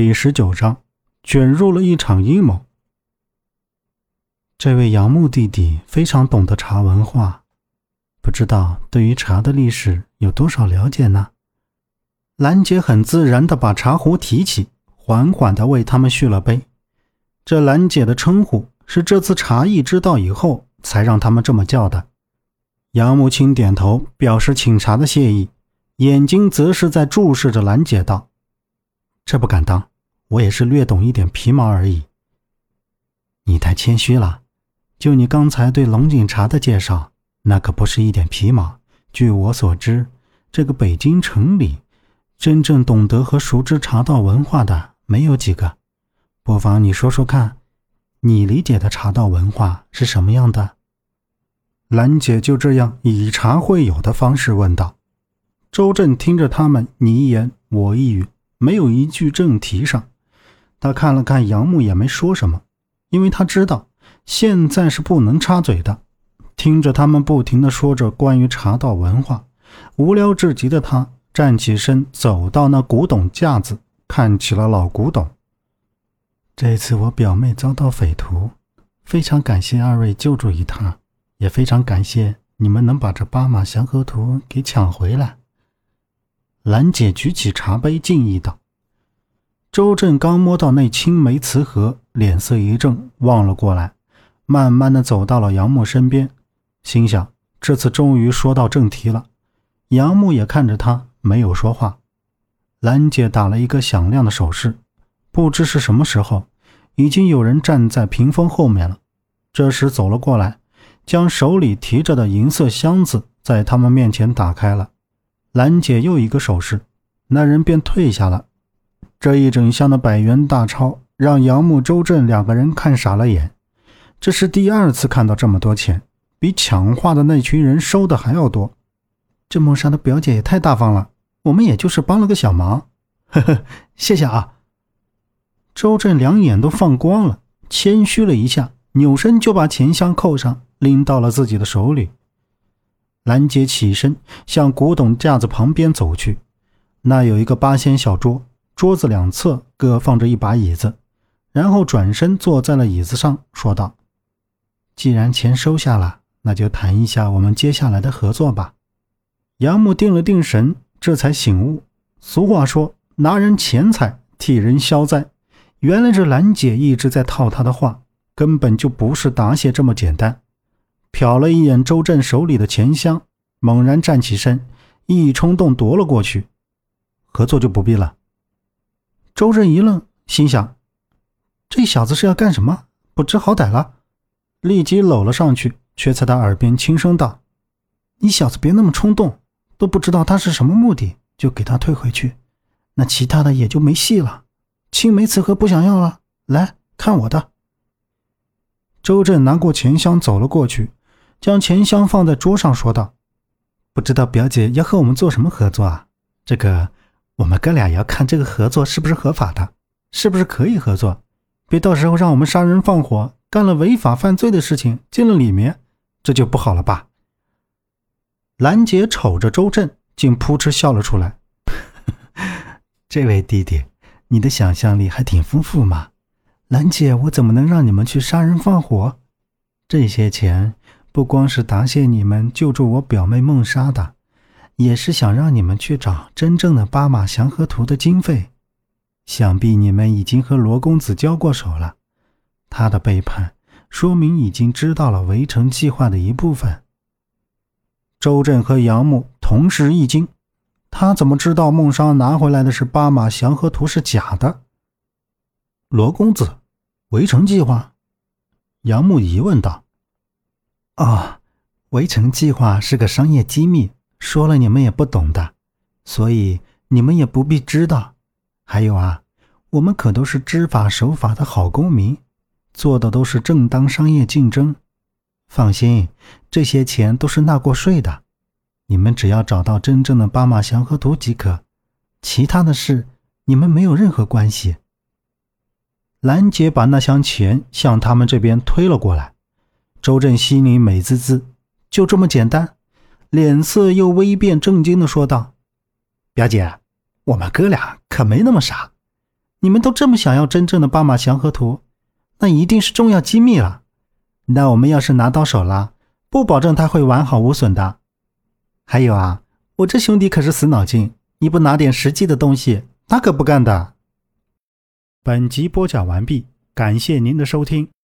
第19章，卷入了一场阴谋。这位杨牧弟弟非常懂得茶文化，不知道对于茶的历史有多少了解呢？兰姐很自然地把茶壶提起，缓缓地为他们续了杯。这兰姐的称呼是这次茶艺知道以后才让他们这么叫的。杨牧轻点头表示请茶的谢意，眼睛则是在注视着兰姐道：这不敢当，我也是略懂一点皮毛而已。你太谦虚了，就你刚才对龙井茶的介绍，那可不是一点皮毛。据我所知，这个北京城里真正懂得和熟知茶道文化的没有几个，不妨你说说看，你理解的茶道文化是什么样的？兰姐就这样以茶会友的方式问道。周震听着他们你一言我一语，没有一句正题上。他看了看杨牧也没说什么，因为他知道现在是不能插嘴的。听着他们不停地说着关于茶道文化，无聊至极的他站起身走到那古董架子，看起了老古董。这次我表妹遭到匪徒，非常感谢二位救助一趟，也非常感谢你们能把这巴马祥和图给抢回来。兰姐举起茶杯敬意道。周震刚摸到那青梅瓷盒，脸色一正，望了过来，慢慢地走到了杨牧身边，心想这次终于说到正题了。杨牧也看着他，没有说话。兰姐打了一个响亮的手势，不知是什么时候，已经有人站在屏风后面了。这时走了过来，将手里提着的银色箱子在他们面前打开了。兰姐又一个手势，那人便退下了。这一整箱的100元大钞让杨牧、周震两个人看傻了眼。这是第二次看到这么多钱，比抢话的那群人收的还要多。这梦莎的表姐也太大方了，我们也就是帮了个小忙。呵呵，谢谢啊。周震两眼都放光了，谦虚了一下，扭身就把钱箱扣上，拎到了自己的手里。兰姐起身向古董架子旁边走去，那有一个八仙小桌，桌子两侧各放着一把椅子，然后转身坐在了椅子上，说道：既然钱收下了，那就谈一下我们接下来的合作吧。杨牧定了定神，这才醒悟，俗话说拿人钱财替人消灾，原来这兰姐一直在套他的话，根本就不是答谢这么简单。瞟了一眼周震手里的钱箱，猛然站起身，一冲动夺了过去。合作就不必了。周震一愣，心想这小子是要干什么，不知好歹了，立即搂了上去，却在他耳边轻声道：你小子别那么冲动，都不知道他是什么目的，就给他退回去，那其他的也就没戏了。青梅瓷盒不想要了，来看我的。周震拿过钱箱走了过去，将钱箱放在桌上说道：不知道表姐要和我们做什么合作啊？这个我们哥俩也要看这个合作是不是合法的，是不是可以合作，别到时候让我们杀人放火，干了违法犯罪的事情进了里面，这就不好了吧。兰姐瞅着周震，竟扑哧笑了出来。这位弟弟，你的想象力还挺丰富嘛。兰姐，我怎么能让你们去杀人放火？这些钱不光是答谢你们救助我表妹梦莎的，也是想让你们去找真正的巴马祥和图的经费。想必你们已经和罗公子交过手了，他的背叛说明已经知道了围城计划的一部分。周震和杨牧同时一惊，他怎么知道梦莎拿回来的是巴马祥和图是假的？罗公子，围城计划？杨牧疑问道。围城计划是个商业机密，说了你们也不懂的，所以你们也不必知道。还有啊，我们可都是知法守法的好公民，做的都是正当商业竞争。放心，这些钱都是纳过税的，你们只要找到真正的巴马祥和图即可，其他的事你们没有任何关系。兰姐把那箱钱向他们这边推了过来，周震心里美滋滋，就这么简单，脸色又微变，正经地说道：表姐，我们哥俩可没那么傻， 你们都这么想要真正的巴马祥和图，那一定是重要机密了。那我们要是拿到手了，不保证它会完好无损的。还有啊，我这兄弟可是死脑筋，你不拿点实际的东西，他可不干的。本集播讲完毕，感谢您的收听。